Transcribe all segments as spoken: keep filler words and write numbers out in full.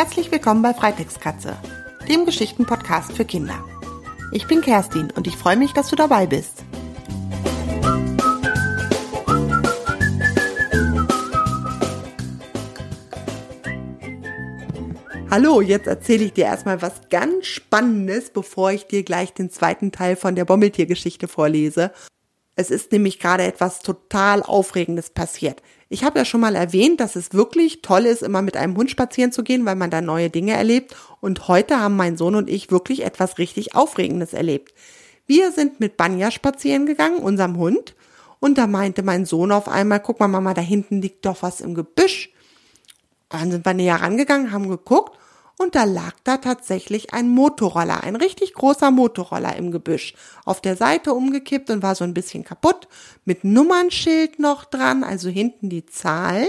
Herzlich willkommen bei Freitextkatze, dem Geschichtenpodcast für Kinder. Ich bin Kerstin und ich freue mich, dass du dabei bist. Hallo, jetzt erzähle ich dir erstmal was ganz Spannendes, bevor ich dir gleich den zweiten Teil von der Bommeltiergeschichte vorlese. Es ist nämlich gerade etwas total Aufregendes passiert. Ich habe ja schon mal erwähnt, dass es wirklich toll ist, immer mit einem Hund spazieren zu gehen, weil man da neue Dinge erlebt. Und heute haben mein Sohn und ich wirklich etwas richtig Aufregendes erlebt. Wir sind mit Banja spazieren gegangen, unserem Hund. Und da meinte mein Sohn auf einmal, guck mal Mama, da hinten liegt doch was im Gebüsch. Dann sind wir näher rangegangen, haben geguckt. Und da lag da tatsächlich ein Motorroller, ein richtig großer Motorroller im Gebüsch. Auf der Seite umgekippt und war so ein bisschen kaputt, mit Nummernschild noch dran, also hinten die Zahlen,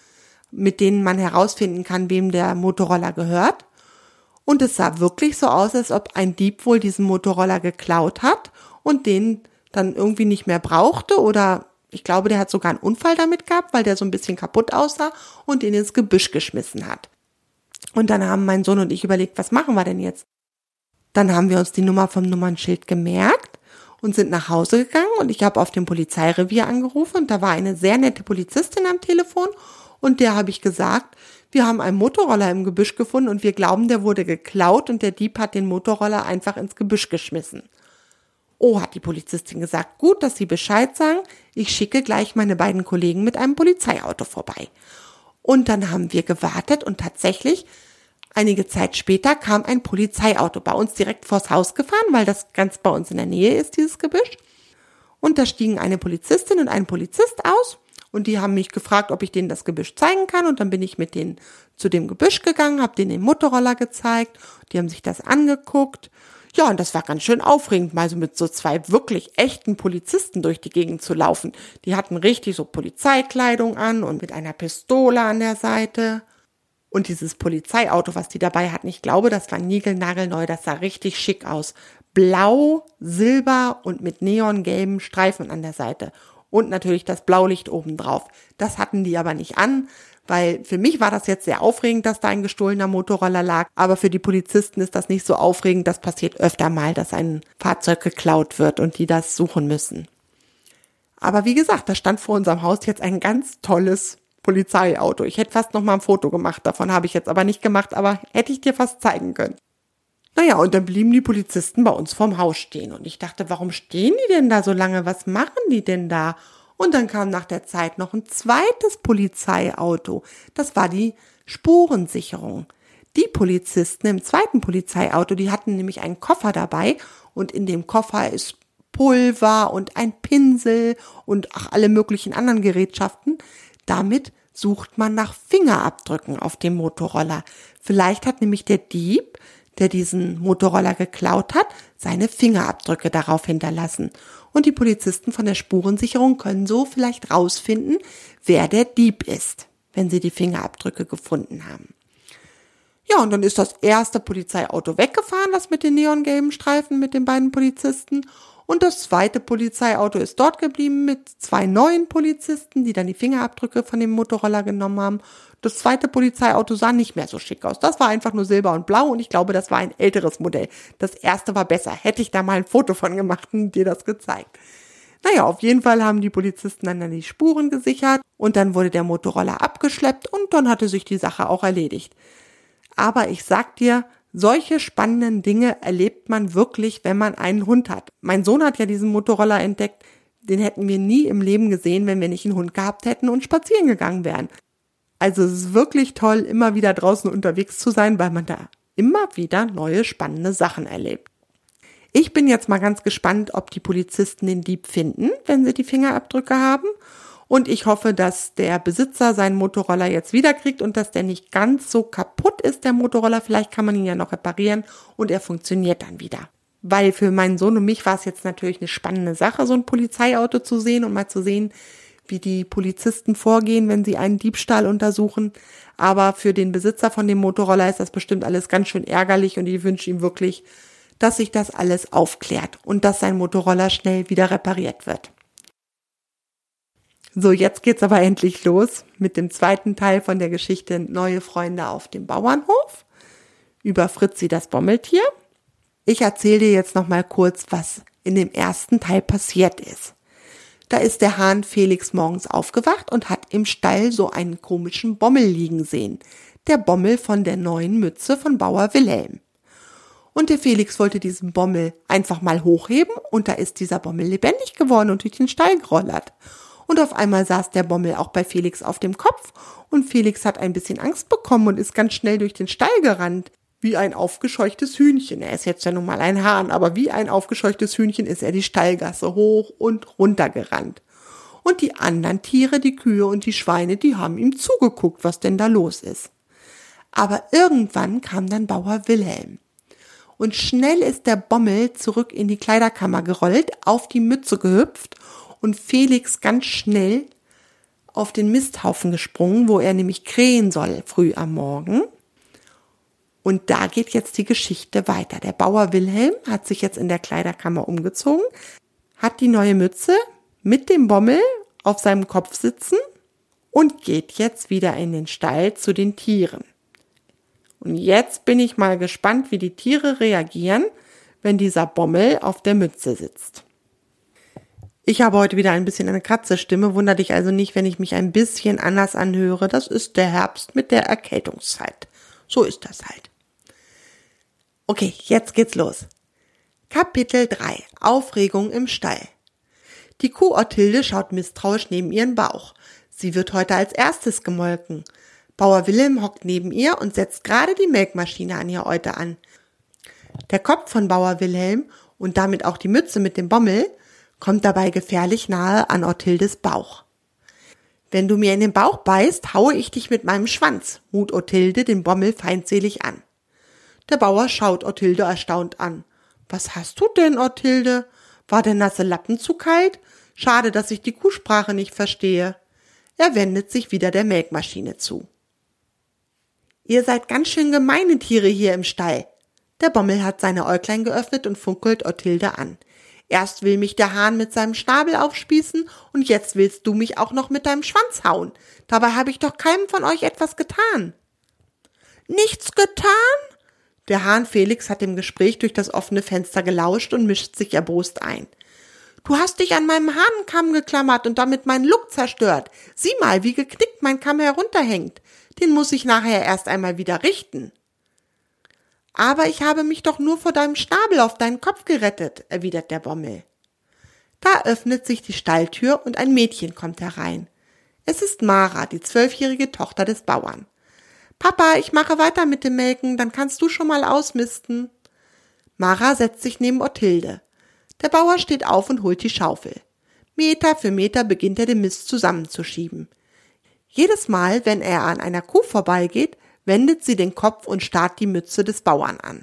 mit denen man herausfinden kann, wem der Motorroller gehört. Und es sah wirklich so aus, als ob ein Dieb wohl diesen Motorroller geklaut hat und den dann irgendwie nicht mehr brauchte oder ich glaube, der hat sogar einen Unfall damit gehabt, weil der so ein bisschen kaputt aussah und den ins Gebüsch geschmissen hat. Und dann haben mein Sohn und ich überlegt, was machen wir denn jetzt? Dann haben wir uns die Nummer vom Nummernschild gemerkt und sind nach Hause gegangen und ich habe auf dem Polizeirevier angerufen und da war eine sehr nette Polizistin am Telefon und der habe ich gesagt, wir haben einen Motorroller im Gebüsch gefunden und wir glauben, der wurde geklaut und der Dieb hat den Motorroller einfach ins Gebüsch geschmissen. Oh, hat die Polizistin gesagt, gut, dass Sie Bescheid sagen, ich schicke gleich meine beiden Kollegen mit einem Polizeiauto vorbei. Und dann haben wir gewartet und tatsächlich, einige Zeit später kam ein Polizeiauto bei uns direkt vors Haus gefahren, weil das ganz bei uns in der Nähe ist, dieses Gebüsch. Und da stiegen eine Polizistin und ein Polizist aus und die haben mich gefragt, ob ich denen das Gebüsch zeigen kann. Und dann bin ich mit denen zu dem Gebüsch gegangen, habe denen den Motorroller gezeigt, die haben sich das angeguckt. Ja, und das war ganz schön aufregend, mal so mit so zwei wirklich echten Polizisten durch die Gegend zu laufen. Die hatten richtig so Polizeikleidung an und mit einer Pistole an der Seite. Und dieses Polizeiauto, was die dabei hatten, ich glaube, das war niegelnagelneu, das sah richtig schick aus. Blau, silber und mit neongelben Streifen an der Seite. Und natürlich das Blaulicht obendrauf. Das hatten die aber nicht an, weil für mich war das jetzt sehr aufregend, dass da ein gestohlener Motorroller lag, aber für die Polizisten ist das nicht so aufregend. Das passiert öfter mal, dass ein Fahrzeug geklaut wird und die das suchen müssen. Aber wie gesagt, da stand vor unserem Haus jetzt ein ganz tolles Polizeiauto. Ich hätte fast noch mal ein Foto gemacht, davon habe ich jetzt aber nicht gemacht, aber hätte ich dir fast zeigen können. Naja, und dann blieben die Polizisten bei uns vorm Haus stehen und ich dachte, warum stehen die denn da so lange? Was machen die denn da? Und dann kam nach der Zeit noch ein zweites Polizeiauto. Das war die Spurensicherung. Die Polizisten im zweiten Polizeiauto, die hatten nämlich einen Koffer dabei und in dem Koffer ist Pulver und ein Pinsel und ach, alle möglichen anderen Gerätschaften. Damit sucht man nach Fingerabdrücken auf dem Motorroller. Vielleicht hat nämlich der Dieb, der diesen Motorroller geklaut hat, seine Fingerabdrücke darauf hinterlassen. Und die Polizisten von der Spurensicherung können so vielleicht rausfinden, wer der Dieb ist, wenn sie die Fingerabdrücke gefunden haben. Ja, und dann ist das erste Polizeiauto weggefahren, das mit den neongelben Streifen mit den beiden Polizisten. Und das zweite Polizeiauto ist dort geblieben mit zwei neuen Polizisten, die dann die Fingerabdrücke von dem Motorroller genommen haben. Das zweite Polizeiauto sah nicht mehr so schick aus. Das war einfach nur silber und blau und ich glaube, das war ein älteres Modell. Das erste war besser. Hätte ich da mal ein Foto von gemacht und dir das gezeigt. Naja, auf jeden Fall haben die Polizisten dann die Spuren gesichert und dann wurde der Motorroller abgeschleppt und dann hatte sich die Sache auch erledigt. Aber ich sag dir, solche spannenden Dinge erlebt man wirklich, wenn man einen Hund hat. Mein Sohn hat ja diesen Motorroller entdeckt. Den hätten wir nie im Leben gesehen, wenn wir nicht einen Hund gehabt hätten und spazieren gegangen wären. Also es ist wirklich toll, immer wieder draußen unterwegs zu sein, weil man da immer wieder neue spannende Sachen erlebt. Ich bin jetzt mal ganz gespannt, ob die Polizisten den Dieb finden, wenn sie die Fingerabdrücke haben. Und ich hoffe, dass der Besitzer seinen Motorroller jetzt wiederkriegt und dass der nicht ganz so kaputt ist, der Motorroller. Vielleicht kann man ihn ja noch reparieren und er funktioniert dann wieder. Weil für meinen Sohn und mich war es jetzt natürlich eine spannende Sache, so ein Polizeiauto zu sehen und mal zu sehen, wie die Polizisten vorgehen, wenn sie einen Diebstahl untersuchen. Aber für den Besitzer von dem Motorroller ist das bestimmt alles ganz schön ärgerlich und ich wünsche ihm wirklich, dass sich das alles aufklärt und dass sein Motorroller schnell wieder repariert wird. So, jetzt geht's aber endlich los mit dem zweiten Teil von der Geschichte Neue Freunde auf dem Bauernhof über Fritzi das Bommeltier. Ich erzähle dir jetzt noch mal kurz, was in dem ersten Teil passiert ist. Da ist der Hahn Felix morgens aufgewacht und hat im Stall so einen komischen Bommel liegen sehen. Der Bommel von der neuen Mütze von Bauer Wilhelm. Und der Felix wollte diesen Bommel einfach mal hochheben und da ist dieser Bommel lebendig geworden und durch den Stall gerollert. Und auf einmal saß der Bommel auch bei Felix auf dem Kopf und Felix hat ein bisschen Angst bekommen und ist ganz schnell durch den Stall gerannt. Wie ein aufgescheuchtes Hühnchen. Er ist jetzt ja nun mal ein Hahn, aber wie ein aufgescheuchtes Hühnchen ist er die Stallgasse hoch und runter gerannt. Und die anderen Tiere, die Kühe und die Schweine, die haben ihm zugeguckt, was denn da los ist. Aber irgendwann kam dann Bauer Wilhelm. Und schnell ist der Bommel zurück in die Kleiderkammer gerollt, auf die Mütze gehüpft und Felix ganz schnell auf den Misthaufen gesprungen, wo er nämlich krähen soll früh am Morgen. Und da geht jetzt die Geschichte weiter. Der Bauer Wilhelm hat sich jetzt in der Kleiderkammer umgezogen, hat die neue Mütze mit dem Bommel auf seinem Kopf sitzen und geht jetzt wieder in den Stall zu den Tieren. Und jetzt bin ich mal gespannt, wie die Tiere reagieren, wenn dieser Bommel auf der Mütze sitzt. Ich habe heute wieder ein bisschen eine Kratzestimme, wunder dich also nicht, wenn ich mich ein bisschen anders anhöre. Das ist der Herbst mit der Erkältungszeit. So ist das halt. Okay, jetzt geht's los. Kapitel drei. Aufregung im Stall. Die Kuh Othilde schaut misstrauisch neben ihren Bauch. Sie wird heute als erstes gemolken. Bauer Wilhelm hockt neben ihr und setzt gerade die Melkmaschine an ihr Euter an. Der Kopf von Bauer Wilhelm und damit auch die Mütze mit dem Bommel kommt dabei gefährlich nahe an Othildes Bauch. Wenn du mir in den Bauch beißt, haue ich dich mit meinem Schwanz, mut Othilde den Bommel feindselig an. Der Bauer schaut Othilde erstaunt an. Was hast du denn, Othilde? War der nasse Lappen zu kalt? Schade, dass ich die Kuhsprache nicht verstehe. Er wendet sich wieder der Melkmaschine zu. Ihr seid ganz schön gemeine Tiere hier im Stall. Der Bommel hat seine Äuglein geöffnet und funkelt Othilde an. Erst will mich der Hahn mit seinem Schnabel aufspießen und jetzt willst du mich auch noch mit deinem Schwanz hauen. Dabei habe ich doch keinem von euch etwas getan. Nichts getan? Der Hahn Felix hat dem Gespräch durch das offene Fenster gelauscht und mischt sich erbost ein. Du hast dich an meinem Hahnenkamm geklammert und damit meinen Look zerstört. Sieh mal, wie geknickt mein Kamm herunterhängt. Den muss ich nachher erst einmal wieder richten. Aber ich habe mich doch nur vor deinem Schnabel auf deinen Kopf gerettet, erwidert der Bommel. Da öffnet sich die Stalltür und ein Mädchen kommt herein. Es ist Mara, die zwölfjährige Tochter des Bauern. Papa, ich mache weiter mit dem Melken, dann kannst du schon mal ausmisten. Mara setzt sich neben Othilde. Der Bauer steht auf und holt die Schaufel. Meter für Meter beginnt er den Mist zusammenzuschieben. Jedes Mal, wenn er an einer Kuh vorbeigeht, wendet sie den Kopf und starrt die Mütze des Bauern an.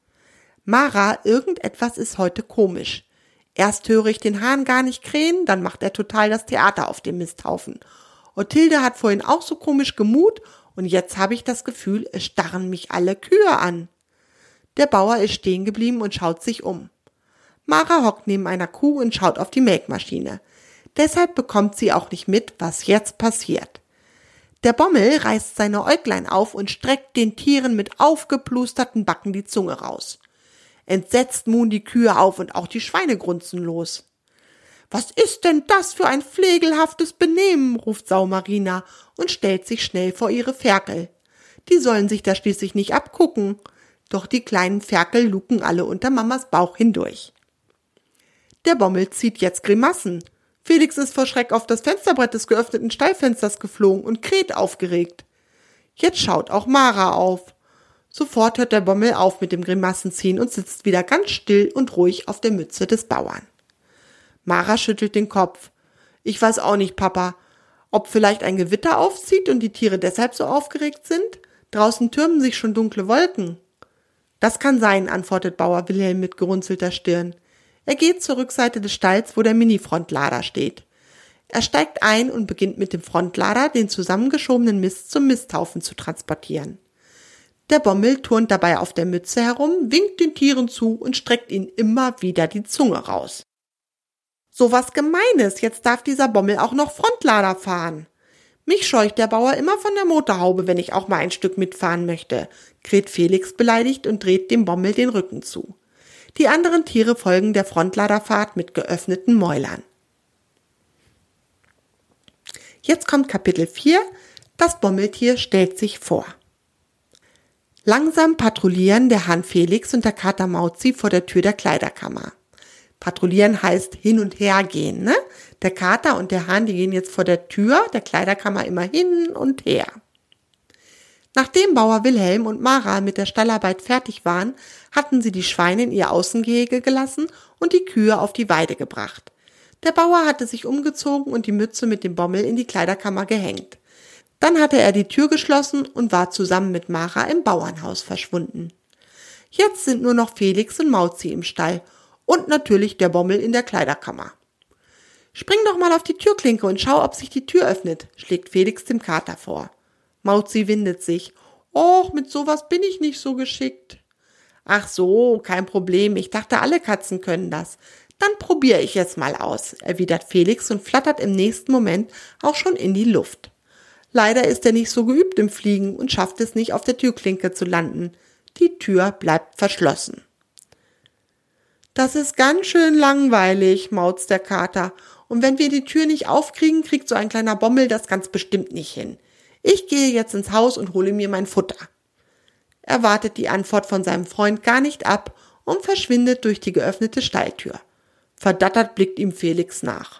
Mara, irgendetwas ist heute komisch. Erst höre ich den Hahn gar nicht krähen, dann macht er total das Theater auf dem Misthaufen. Othilde hat vorhin auch so komisch gemut und jetzt habe ich das Gefühl, es starren mich alle Kühe an. Der Bauer ist stehen geblieben und schaut sich um. Mara hockt neben einer Kuh und schaut auf die Melkmaschine. Deshalb bekommt sie auch nicht mit, was jetzt passiert. Der Bommel reißt seine Äuglein auf und streckt den Tieren mit aufgeplusterten Backen die Zunge raus. Entsetzt muhen die Kühe auf und auch die Schweine grunzen los. Was ist denn das für ein pflegelhaftes Benehmen, ruft Saumarina und stellt sich schnell vor ihre Ferkel. Die sollen sich da schließlich nicht abgucken. Doch die kleinen Ferkel luken alle unter Mamas Bauch hindurch. Der Bommel zieht jetzt Grimassen. Felix ist vor Schreck auf das Fensterbrett des geöffneten Stallfensters geflogen und kräht aufgeregt. Jetzt schaut auch Mara auf. Sofort hört der Bommel auf mit dem Grimassenziehen und sitzt wieder ganz still und ruhig auf der Mütze des Bauern. Mara schüttelt den Kopf. Ich weiß auch nicht, Papa, ob vielleicht ein Gewitter aufzieht und die Tiere deshalb so aufgeregt sind? Draußen türmen sich schon dunkle Wolken. Das kann sein, antwortet Bauer Wilhelm mit gerunzelter Stirn. Er geht zur Rückseite des Stalls, wo der Mini-Frontlader steht. Er steigt ein und beginnt mit dem Frontlader den zusammengeschobenen Mist zum Misthaufen zu transportieren. Der Bommel turnt dabei auf der Mütze herum, winkt den Tieren zu und streckt ihnen immer wieder die Zunge raus. So was Gemeines, jetzt darf dieser Bommel auch noch Frontlader fahren. Mich scheucht der Bauer immer von der Motorhaube, wenn ich auch mal ein Stück mitfahren möchte, kräht Felix beleidigt und dreht dem Bommel den Rücken zu. Die anderen Tiere folgen der Frontladerfahrt mit geöffneten Mäulern. Jetzt kommt Kapitel vier, das Bommeltier stellt sich vor. Langsam patrouillieren der Hahn Felix und der Kater Mauzi vor der Tür der Kleiderkammer. Patrouillieren heißt hin und her gehen, ne? Der Kater und der Hahn, die gehen jetzt vor der Tür der Kleiderkammer immer hin und her. Nachdem Bauer Wilhelm und Mara mit der Stallarbeit fertig waren, hatten sie die Schweine in ihr Außengehege gelassen und die Kühe auf die Weide gebracht. Der Bauer hatte sich umgezogen und die Mütze mit dem Bommel in die Kleiderkammer gehängt. Dann hatte er die Tür geschlossen und war zusammen mit Mara im Bauernhaus verschwunden. Jetzt sind nur noch Felix und Mauzi im Stall und natürlich der Bommel in der Kleiderkammer. »Spring doch mal auf die Türklinke und schau, ob sich die Tür öffnet«, schlägt Felix dem Kater vor. Mauzi windet sich. »Och, mit sowas bin ich nicht so geschickt.« »Ach so, kein Problem, ich dachte, alle Katzen können das. Dann probiere ich es mal aus«, erwidert Felix und flattert im nächsten Moment auch schon in die Luft. Leider ist er nicht so geübt im Fliegen und schafft es nicht, auf der Türklinke zu landen. Die Tür bleibt verschlossen. »Das ist ganz schön langweilig«, mauzt der Kater. »Und wenn wir die Tür nicht aufkriegen, kriegt so ein kleiner Bommel das ganz bestimmt nicht hin. Ich gehe jetzt ins Haus und hole mir mein Futter.« Er wartet die Antwort von seinem Freund gar nicht ab und verschwindet durch die geöffnete Stalltür. Verdattert blickt ihm Felix nach.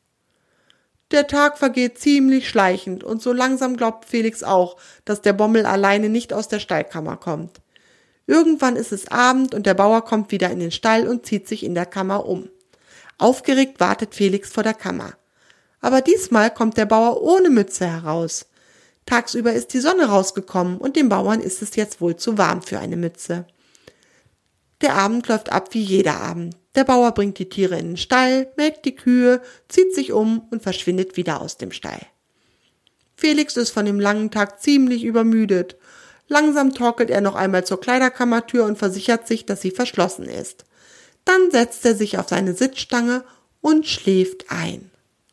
Der Tag vergeht ziemlich schleichend und so langsam glaubt Felix auch, dass der Bommel alleine nicht aus der Stallkammer kommt. Irgendwann ist es Abend und der Bauer kommt wieder in den Stall und zieht sich in der Kammer um. Aufgeregt wartet Felix vor der Kammer. Aber diesmal kommt der Bauer ohne Mütze heraus. Tagsüber ist die Sonne rausgekommen und dem Bauern ist es jetzt wohl zu warm für eine Mütze. Der Abend läuft ab wie jeder Abend. Der Bauer bringt die Tiere in den Stall, melkt die Kühe, zieht sich um und verschwindet wieder aus dem Stall. Felix ist von dem langen Tag ziemlich übermüdet. Langsam torkelt er noch einmal zur Kleiderkammertür und versichert sich, dass sie verschlossen ist. Dann setzt er sich auf seine Sitzstange und schläft ein.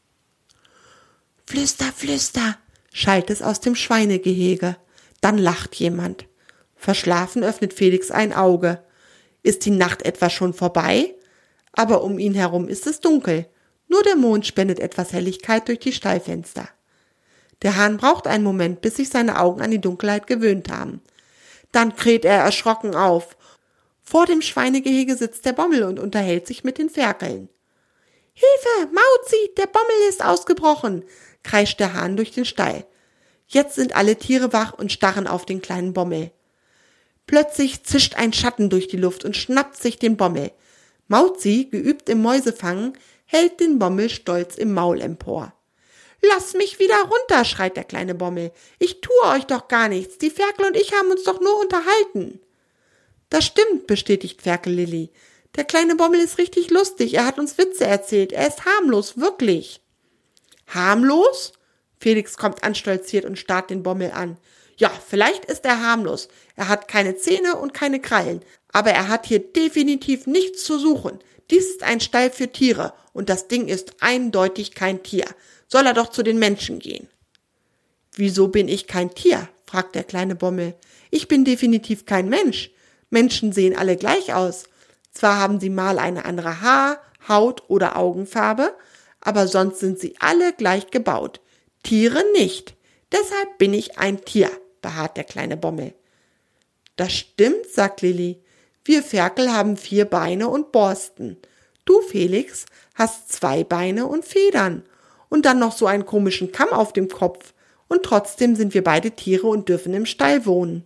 »Flüster, flüster«, schallt es aus dem Schweinegehege. Dann lacht jemand. Verschlafen öffnet Felix ein Auge. Ist die Nacht etwa schon vorbei? Aber um ihn herum ist es dunkel. Nur der Mond spendet etwas Helligkeit durch die Stallfenster. Der Hahn braucht einen Moment, bis sich seine Augen an die Dunkelheit gewöhnt haben. Dann kräht er erschrocken auf. Vor dem Schweinegehege sitzt der Bommel und unterhält sich mit den Ferkeln. »Hilfe, Mauzi, der Bommel ist ausgebrochen«, kreischt der Hahn durch den Stall. Jetzt sind alle Tiere wach und starren auf den kleinen Bommel. Plötzlich zischt ein Schatten durch die Luft und schnappt sich den Bommel. Mauzi, geübt im Mäusefangen, hält den Bommel stolz im Maul empor. »Lass mich wieder runter«, schreit der kleine Bommel. »Ich tue euch doch gar nichts. Die Ferkel und ich haben uns doch nur unterhalten.« »Das stimmt«, bestätigt Ferkel Lilli. »Der kleine Bommel ist richtig lustig. Er hat uns Witze erzählt. Er ist harmlos, wirklich.« »Harmlos?« Felix kommt anstolziert und starrt den Bommel an. »Ja, vielleicht ist er harmlos. Er hat keine Zähne und keine Krallen. Aber er hat hier definitiv nichts zu suchen. Dies ist ein Stall für Tiere und das Ding ist eindeutig kein Tier. Soll er doch zu den Menschen gehen.« »Wieso bin ich kein Tier?«, fragt der kleine Bommel. »Ich bin definitiv kein Mensch. Menschen sehen alle gleich aus. Zwar haben sie mal eine andere Haar-, Haut- oder Augenfarbe, aber sonst sind sie alle gleich gebaut. Tiere nicht. Deshalb bin ich ein Tier«, beharrt der kleine Bommel. »Das stimmt«, sagt Lilli. »Wir Ferkel haben vier Beine und Borsten. Du, Felix, hast zwei Beine und Federn. Und dann noch so einen komischen Kamm auf dem Kopf. Und trotzdem sind wir beide Tiere und dürfen im Stall wohnen.«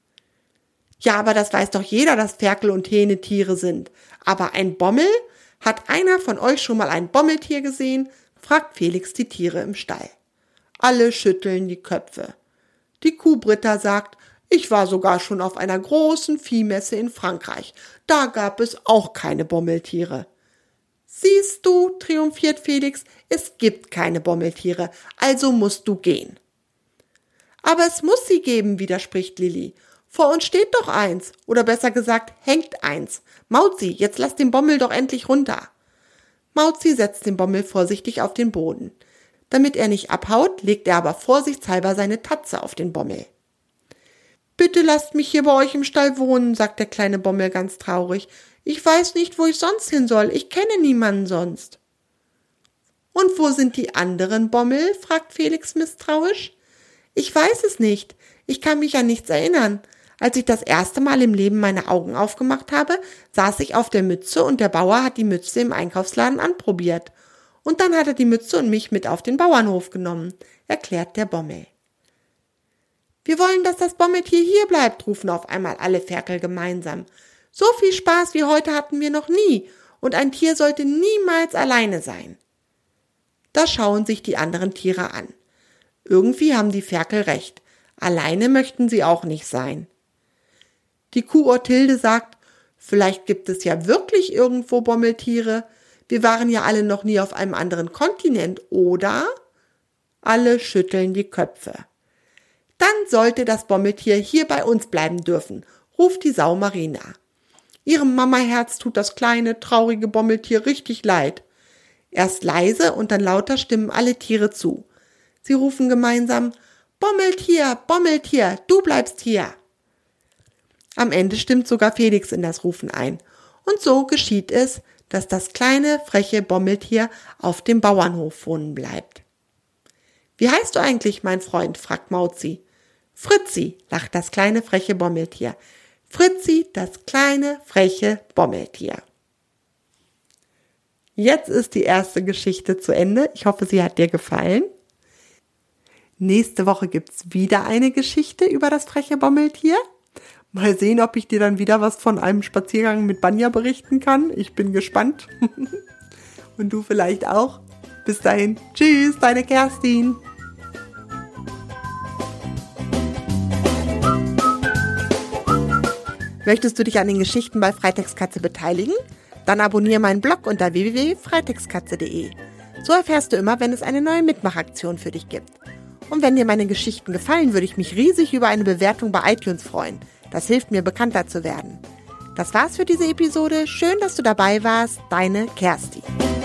»Ja, aber das weiß doch jeder, dass Ferkel und Hähne Tiere sind. Aber ein Bommel? Hat einer von euch schon mal ein Bommeltier gesehen?«, fragt Felix die Tiere im Stall. Alle schütteln die Köpfe. Die Kuhbritta sagt, ich war sogar schon auf einer großen Viehmesse in Frankreich. Da gab es auch keine Bommeltiere. »Siehst du«, triumphiert Felix, »es gibt keine Bommeltiere, also musst du gehen.« »Aber es muss sie geben«, widerspricht Lilli. »Vor uns steht doch eins, oder besser gesagt, hängt eins. Mauzi, jetzt lass den Bommel doch endlich runter.« Mauzi setzt den Bommel vorsichtig auf den Boden. Damit er nicht abhaut, legt er aber vorsichtshalber seine Tatze auf den Bommel. »Bitte lasst mich hier bei euch im Stall wohnen«, sagt der kleine Bommel ganz traurig. »Ich weiß nicht, wo ich sonst hin soll. Ich kenne niemanden sonst.« »Und wo sind die anderen Bommel?« fragt Felix misstrauisch. »Ich weiß es nicht. Ich kann mich an nichts erinnern. Als ich das erste Mal im Leben meine Augen aufgemacht habe, saß ich auf der Mütze und der Bauer hat die Mütze im Einkaufsladen anprobiert. Und dann hat er die Mütze und mich mit auf den Bauernhof genommen«, erklärt der Bommel. »Wir wollen, dass das Bommeltier hier bleibt«, rufen auf einmal alle Ferkel gemeinsam. »So viel Spaß wie heute hatten wir noch nie, und ein Tier sollte niemals alleine sein.« Da schauen sich die anderen Tiere an. Irgendwie haben die Ferkel recht. Alleine möchten sie auch nicht sein. Die Kuh Orthilde sagt, vielleicht gibt es ja wirklich irgendwo Bommeltiere. Wir waren ja alle noch nie auf einem anderen Kontinent, oder? Alle schütteln die Köpfe. Dann sollte das Bommeltier hier bei uns bleiben dürfen, ruft die Sau Marina. Ihrem Mamaherz tut das kleine, traurige Bommeltier richtig leid. Erst leise und dann lauter stimmen alle Tiere zu. Sie rufen gemeinsam, »Bommeltier, Bommeltier, du bleibst hier!« Am Ende stimmt sogar Felix in das Rufen ein. Und so geschieht es, dass das kleine, freche Bommeltier auf dem Bauernhof wohnen bleibt. »Wie heißt du eigentlich, mein Freund?« fragt Mauzi. »Fritzi«, lacht das kleine, freche Bommeltier. »Fritzi, das kleine, freche Bommeltier.« Jetzt ist die erste Geschichte zu Ende. Ich hoffe, sie hat dir gefallen. Nächste Woche gibt's wieder eine Geschichte über das freche Bommeltier. Mal sehen, ob ich dir dann wieder was von einem Spaziergang mit Banja berichten kann. Ich bin gespannt. Und du vielleicht auch. Bis dahin. Tschüss, deine Kerstin. Möchtest du dich an den Geschichten bei Freitextkatze beteiligen? Dann abonniere meinen Blog unter w w w punkt freitextkatze punkt de. So erfährst du immer, wenn es eine neue Mitmachaktion für dich gibt. Und wenn dir meine Geschichten gefallen, würde ich mich riesig über eine Bewertung bei iTunes freuen. Das hilft mir, bekannter zu werden. Das war's für diese Episode. Schön, dass du dabei warst. Deine Kerstin.